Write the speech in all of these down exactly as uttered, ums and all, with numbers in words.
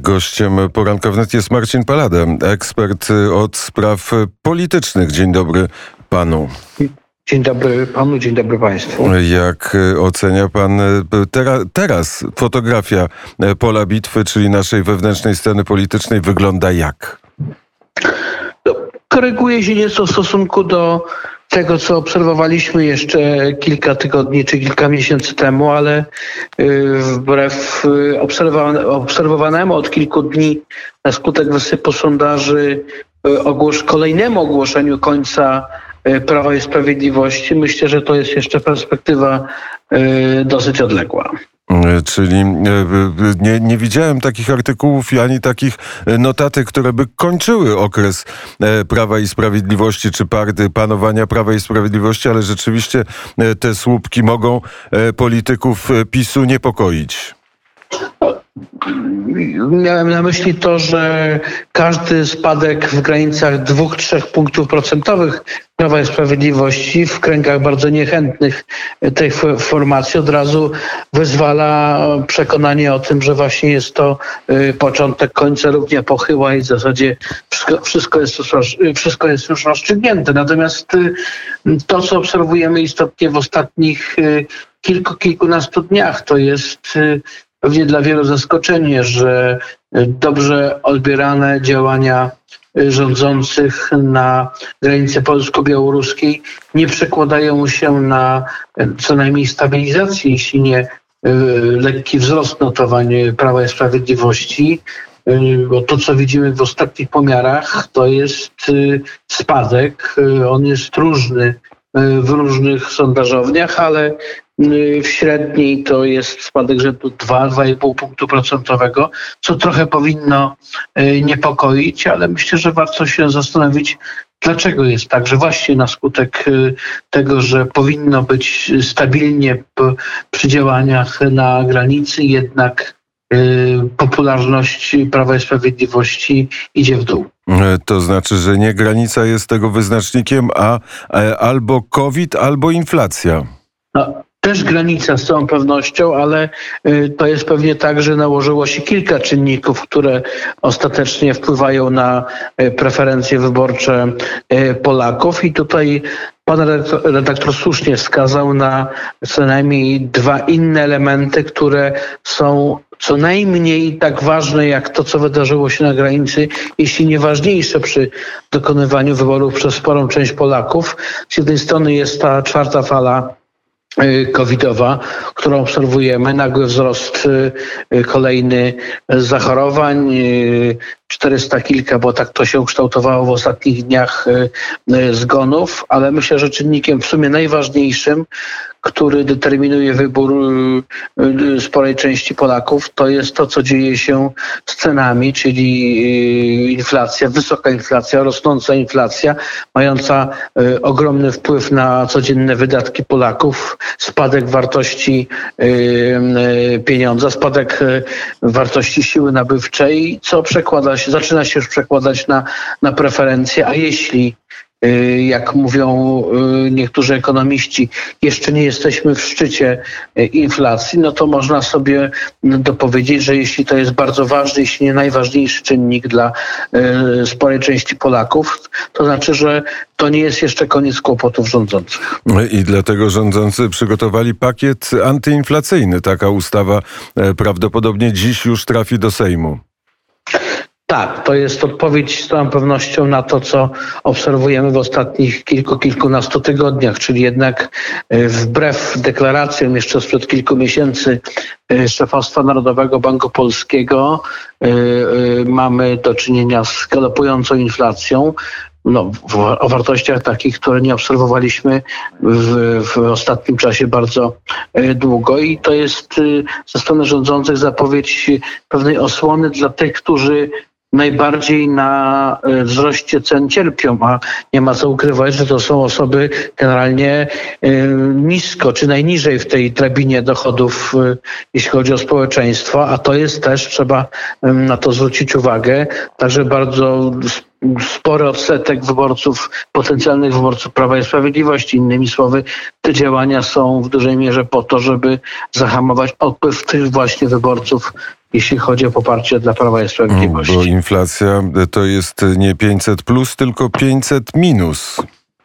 Gościem Poranka Wnet jest Marcin Palada, ekspert od spraw politycznych. Dzień dobry panu. Dzień dobry panu, dzień dobry państwu. Jak ocenia pan tera, teraz fotografia pola bitwy, czyli naszej wewnętrznej sceny politycznej, wygląda jak? Koryguje się nieco w stosunku do tego, co obserwowaliśmy jeszcze kilka tygodni czy kilka miesięcy temu, ale wbrew obserwowanemu od kilku dni na skutek wysypu sondaży ogłos- kolejnemu ogłoszeniu końca Prawa i Sprawiedliwości, myślę, że to jest jeszcze perspektywa dosyć odległa. Czyli nie, nie widziałem takich artykułów i ani takich notatek, które by kończyły okres Prawa i Sprawiedliwości czy party panowania Prawa i Sprawiedliwości, ale rzeczywiście te słupki mogą polityków PiSu niepokoić. Miałem na myśli to, że każdy spadek w granicach dwóch, trzech punktów procentowych Prawa i Sprawiedliwości w kręgach bardzo niechętnych tej formacji od razu wyzwala przekonanie o tym, że właśnie jest to początek końca równia pochyła i w zasadzie wszystko, wszystko, jest, już, wszystko jest już rozstrzygnięte. Natomiast to, co obserwujemy istotnie w ostatnich kilku, kilkunastu dniach, to jest pewnie dla wielu zaskoczenie, że dobrze odbierane działania rządzących na granicy polsko-białoruskiej nie przekładają się na co najmniej stabilizację, jeśli nie lekki wzrost notowań Prawa i Sprawiedliwości. Bo to, co widzimy w ostatnich pomiarach, to jest spadek. On jest różny w różnych sondażowniach, ale w średniej to jest spadek rzędu dwa do dwóch i pół punktu procentowego, co trochę powinno niepokoić, ale myślę, że warto się zastanowić, dlaczego jest tak, że właśnie na skutek tego, że powinno być stabilnie przy działaniach na granicy, jednak popularność Prawa i Sprawiedliwości idzie w dół. To znaczy, że nie granica jest tego wyznacznikiem, a albo COVID, albo inflacja. No, też granica z całą pewnością, ale to jest pewnie tak, że nałożyło się kilka czynników, które ostatecznie wpływają na preferencje wyborcze Polaków i tutaj pan redaktor słusznie wskazał na co najmniej dwa inne elementy, które są co najmniej tak ważne jak to, co wydarzyło się na granicy, jeśli nie ważniejsze przy dokonywaniu wyborów przez sporą część Polaków. Z jednej strony jest ta czwarta fala covidowa, którą obserwujemy, nagły wzrost kolejny zachorowań, czterysta kilka, bo tak to się ukształtowało w ostatnich dniach zgonów, ale myślę, że czynnikiem w sumie najważniejszym, który determinuje wybór sporej części Polaków, to jest to, co dzieje się z cenami, czyli inflacja, wysoka inflacja, rosnąca inflacja, mająca ogromny wpływ na codzienne wydatki Polaków, spadek wartości pieniądza, spadek wartości siły nabywczej, co przekłada się, zaczyna się już przekładać na, na preferencje, a jeśli jak mówią niektórzy ekonomiści, jeszcze nie jesteśmy w szczycie inflacji, no to można sobie dopowiedzieć, że jeśli to jest bardzo ważny, jeśli nie najważniejszy czynnik dla sporej części Polaków, to znaczy, że to nie jest jeszcze koniec kłopotów rządzących. I dlatego rządzący przygotowali pakiet antyinflacyjny. Taka ustawa prawdopodobnie dziś już trafi do Sejmu. Tak, to jest odpowiedź z całą pewnością na to, co obserwujemy w ostatnich kilku, kilkunastu tygodniach, czyli jednak wbrew deklaracjom jeszcze sprzed kilku miesięcy szefostwa Narodowego Banku Polskiego mamy do czynienia z galopującą inflacją. No, w, o wartościach takich, które nie obserwowaliśmy w, w ostatnim czasie bardzo długo i to jest ze strony rządzących zapowiedź pewnej osłony dla tych, którzy najbardziej na wzroście cen cierpią, a nie ma co ukrywać, że to są osoby generalnie nisko czy najniżej w tej drabinie dochodów, jeśli chodzi o społeczeństwo, a to jest też, trzeba na to zwrócić uwagę, także bardzo spory odsetek wyborców, potencjalnych wyborców Prawa i Sprawiedliwości. Innymi słowy, te działania są w dużej mierze po to, żeby zahamować odpływ tych właśnie wyborców jeśli chodzi o poparcie dla Prawa i Sprawiedliwości. Bo inflacja to jest nie pięćset plus, tylko pięćset minus.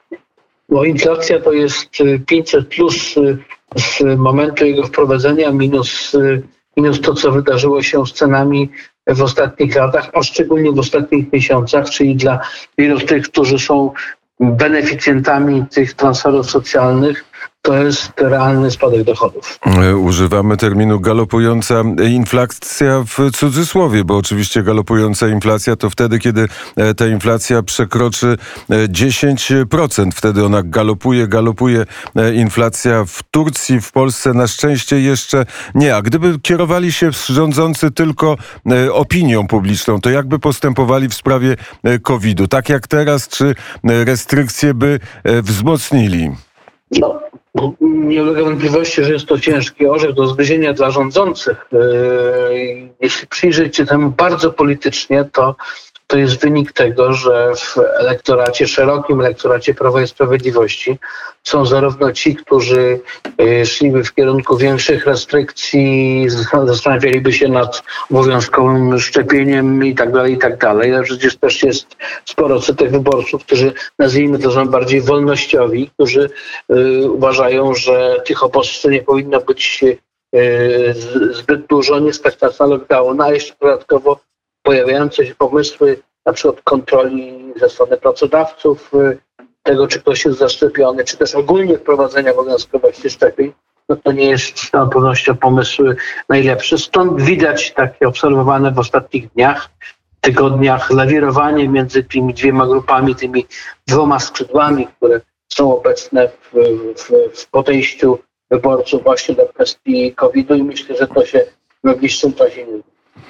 Bo inflacja to jest pięćset plus z momentu jego wprowadzenia minus, minus to, co wydarzyło się z cenami w ostatnich latach, a szczególnie w ostatnich miesiącach, czyli dla wielu tych, którzy są beneficjentami tych transferów socjalnych, to jest realny spadek dochodów. Używamy terminu galopująca inflacja w cudzysłowie, bo oczywiście galopująca inflacja to wtedy, kiedy ta inflacja przekroczy dziesięć procent. Wtedy ona galopuje, galopuje. Inflacja w Turcji, w Polsce na szczęście jeszcze nie. A gdyby kierowali się rządzący tylko opinią publiczną, to jakby postępowali w sprawie kowida? Tak jak teraz, czy restrykcje by wzmocnili? No, nie ulega wątpliwości, że jest to ciężki orzech do zgryzienia dla rządzących. Jeśli przyjrzeć się temu bardzo politycznie, to to jest wynik tego, że w elektoracie, szerokim elektoracie Prawa i Sprawiedliwości są zarówno ci, którzy szliby w kierunku większych restrykcji, zastanawialiby się nad obowiązkowym szczepieniem i tak dalej, i tak dalej. Ale przecież też jest sporo odsetek wyborców, którzy, nazwijmy to, są bardziej wolnościowi, którzy y, uważają, że tych obostrzeń nie powinno być y, zbyt dużo, nie stać nas na lockdown, a jeszcze dodatkowo pojawiające się pomysły na przykład kontroli ze strony pracodawców, tego czy ktoś jest zaszczepiony, czy też ogólnie wprowadzenia obowiązkowości szczepień, no to nie jest z całą pewnością pomysł najlepszy. Stąd widać takie obserwowane w ostatnich dniach, tygodniach lawirowanie między tymi dwiema grupami, tymi dwoma skrzydłami, które są obecne w, w, w podejściu wyborców właśnie do kwestii kowida i myślę, że to się w najbliższym czasie nie.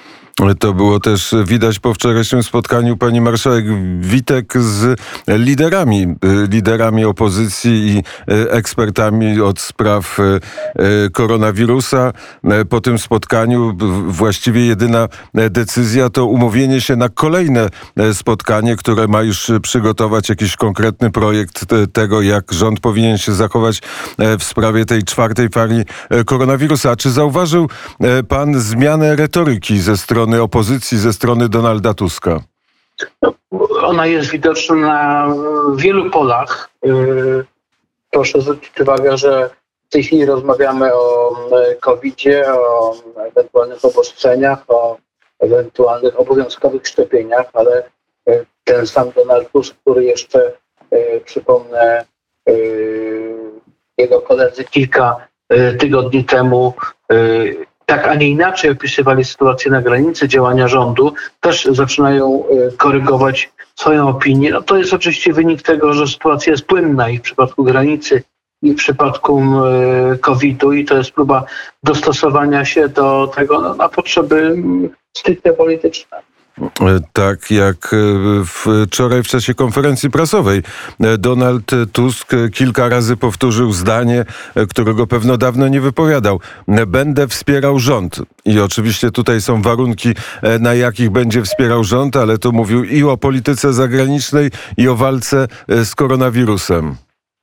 To było też widać po wczorajszym spotkaniu pani marszałek Witek z liderami, liderami opozycji i ekspertami od spraw koronawirusa. Po tym spotkaniu właściwie jedyna decyzja to umówienie się na kolejne spotkanie, które ma już przygotować jakiś konkretny projekt tego, jak rząd powinien się zachować w sprawie tej czwartej fali koronawirusa. A czy zauważył pan zmianę retoryki ze strony opozycji, ze strony Donalda Tuska? No, ona jest widoczna na wielu polach. Proszę zwrócić uwagę, że w tej chwili rozmawiamy o kowidzie, o ewentualnych obostrzeniach, o ewentualnych obowiązkowych szczepieniach, ale ten sam Donald Tusk, który jeszcze, przypomnę, jego koledzy kilka tygodni temu tak, a nie inaczej opisywali sytuację na granicy, działania rządu, też zaczynają korygować swoją opinię. No to jest oczywiście wynik tego, że sytuacja jest płynna i w przypadku granicy, i w przypadku kowida i to jest próba dostosowania się do tego no, na potrzeby stricte polityczne. Tak jak wczoraj w czasie konferencji prasowej Donald Tusk kilka razy powtórzył zdanie, którego pewno dawno nie wypowiadał. Będę wspierał rząd. I oczywiście tutaj są warunki, na jakich będzie wspierał rząd, ale to mówił i o polityce zagranicznej, i o walce z koronawirusem.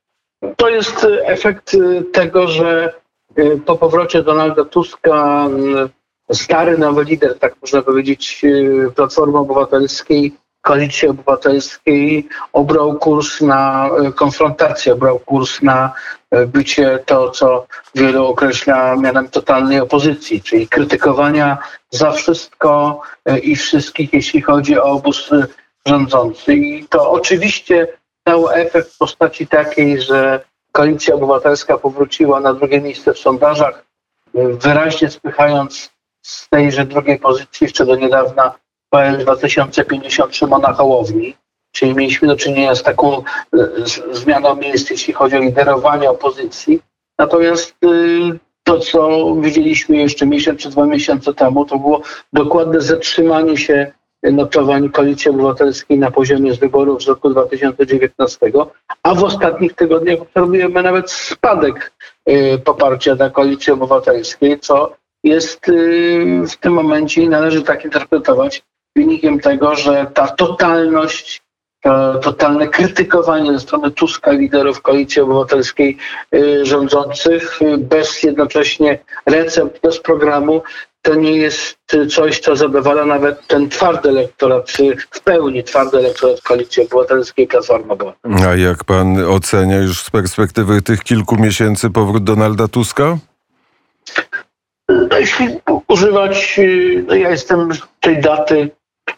To jest efekt tego, że po powrocie Donalda Tuska stary, nowy lider, tak można powiedzieć, Platformy Obywatelskiej, Koalicji Obywatelskiej obrał kurs na konfrontację, obrał kurs na bycie to, co wielu określa mianem totalnej opozycji, czyli krytykowania za wszystko i wszystkich, jeśli chodzi o obóz rządzący. I to oczywiście dał efekt w postaci takiej, że Koalicja Obywatelska powróciła na drugie miejsce w sondażach, wyraźnie spychając z tejże drugiej pozycji jeszcze do niedawna P L dwa tysiące pięćdziesiąt Szymona Hołowni, czyli mieliśmy do czynienia z taką z, zmianą miejsc, jeśli chodzi o liderowanie opozycji. Natomiast y, to, co widzieliśmy jeszcze miesiąc czy dwa miesiące temu, to było dokładne zatrzymanie się notowań Koalicji Obywatelskiej na poziomie z wyborów z roku dwa tysiące dziewiętnastego, a w ostatnich tygodniach obserwujemy nawet spadek y, poparcia dla Koalicji Obywatelskiej, co jest w tym momencie i należy tak interpretować wynikiem tego, że ta totalność, to totalne krytykowanie ze strony Tuska, liderów Koalicji Obywatelskiej rządzących, bez jednocześnie recept, bez programu, to nie jest coś, co zadowala nawet ten twardy elektorat, w pełni twardy elektorat Koalicji Obywatelskiej Platformy Obywatelskiej. A jak pan ocenia już z perspektywy tych kilku miesięcy powrót Donalda Tuska? No, jeśli używać, no ja jestem tej daty,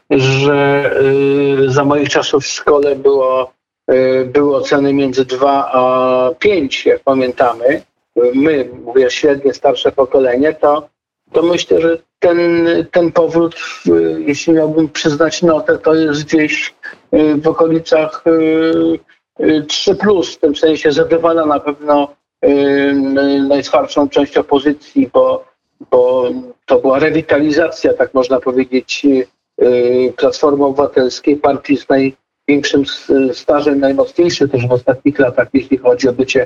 że y, za moich czasów w szkole było, y, były oceny między dwa a pięć, jak pamiętamy. My, mówię średnie, starsze pokolenie, to, to myślę, że ten, ten powrót, y, jeśli miałbym przyznać notę, to jest gdzieś y, w okolicach y, y, trzy plus, w tym sensie zadowala na pewno y, najtwardszą część opozycji, bo, bo to była rewitalizacja, tak można powiedzieć, Platformy Obywatelskiej, partii z największym stażem, najmocniejszy też w ostatnich latach, jeśli chodzi o bycie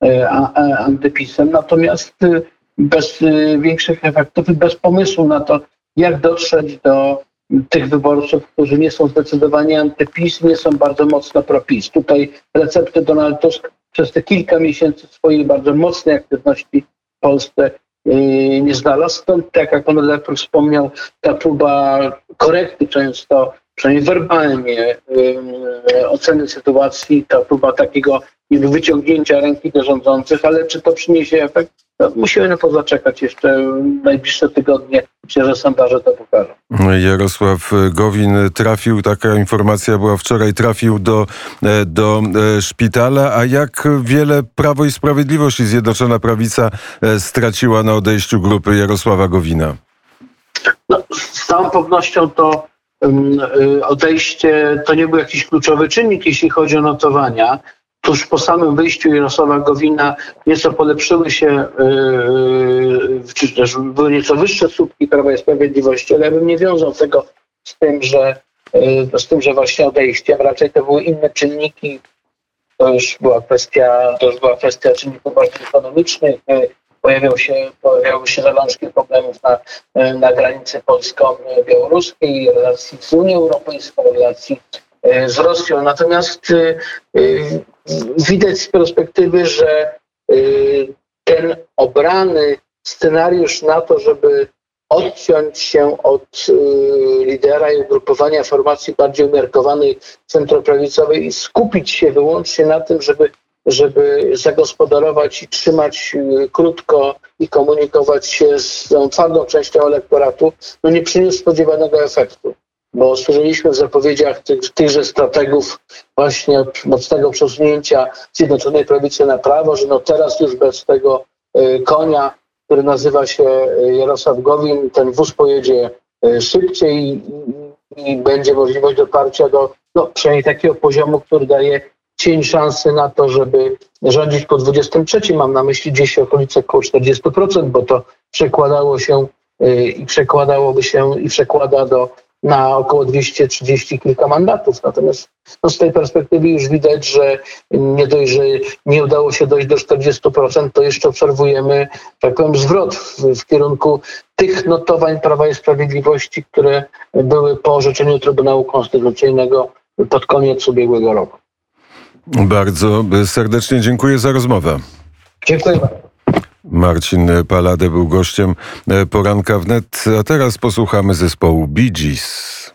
antypisem. Natomiast bez większych efektów i bez pomysłu na to, jak dotrzeć do tych wyborców, którzy nie są zdecydowanie antypis, nie są bardzo mocno propis. Tutaj recepty Donald Tusk przez te kilka miesięcy swojej bardzo mocnej aktywności w Polsce nie znalazł. Stąd, tak jak pan redaktor wspomniał, ta próba korekty często, przynajmniej werbalnie, yy, oceny sytuacji, ta próba takiego niby wyciągnięcia ręki do rządzących, ale czy to przyniesie efekt? No, musimy na to zaczekać jeszcze najbliższe tygodnie. Myślę, że sondaże to pokażą. Jarosław Gowin trafił, taka informacja była wczoraj, trafił do, do szpitala. A jak wiele Prawo i Sprawiedliwość i Zjednoczona Prawica straciła na odejściu grupy Jarosława Gowina? No, z całą pewnością to um, odejście to nie był jakiś kluczowy czynnik, jeśli chodzi o notowania. Tuż po samym wyjściu Jarosława Gowina nieco polepszyły się, yy, czy też były nieco wyższe słupki Prawa i Sprawiedliwości, ale ja bym nie wiązał tego z tym, że, yy, z tym, że właśnie odejściem. Raczej to były inne czynniki. To już była kwestia, to już była kwestia czynników bardziej ekonomicznych. Yy, pojawiał się, pojawiały się zalążki problemów na, yy, na granicy polsko-białoruskiej, relacji z Unią Europejską, relacji yy, z Rosją. Natomiast yy, yy, widać z perspektywy, że ten obrany scenariusz na to, żeby odciąć się od lidera i ugrupowania formacji bardziej umiarkowanej centroprawicowej i skupić się wyłącznie na tym, żeby, żeby zagospodarować i trzymać krótko i komunikować się z tą twardą częścią elektoratu, no nie przyniósł spodziewanego efektu. Bo słyszeliśmy w zapowiedziach tych, tychże strategów właśnie mocnego przesunięcia Zjednoczonej Prawicy na prawo, że no teraz już bez tego y, konia, który nazywa się Jarosław Gowin, ten wóz pojedzie y, szybciej i, i, i będzie możliwość dotarcia do no, przynajmniej takiego poziomu, który daje cień szansy na to, żeby rządzić po dwudziestym trzecim. Mam na myśli gdzieś okolice około czterdzieści procent, bo to przekładało się y, i przekładałoby się i przekłada do na około dwieście trzydzieści kilka mandatów. Natomiast no, z tej perspektywy już widać, że nie dość, że nie udało się dojść do czterdziestu procent, to jeszcze obserwujemy, tak powiem, zwrot w, w kierunku tych notowań Prawa i Sprawiedliwości, które były po orzeczeniu Trybunału Konstytucyjnego pod koniec ubiegłego roku. Bardzo serdecznie dziękuję za rozmowę. Dziękuję bardzo. Marcin Palade był gościem Poranka Wnet, a teraz posłuchamy zespołu Bee Gees.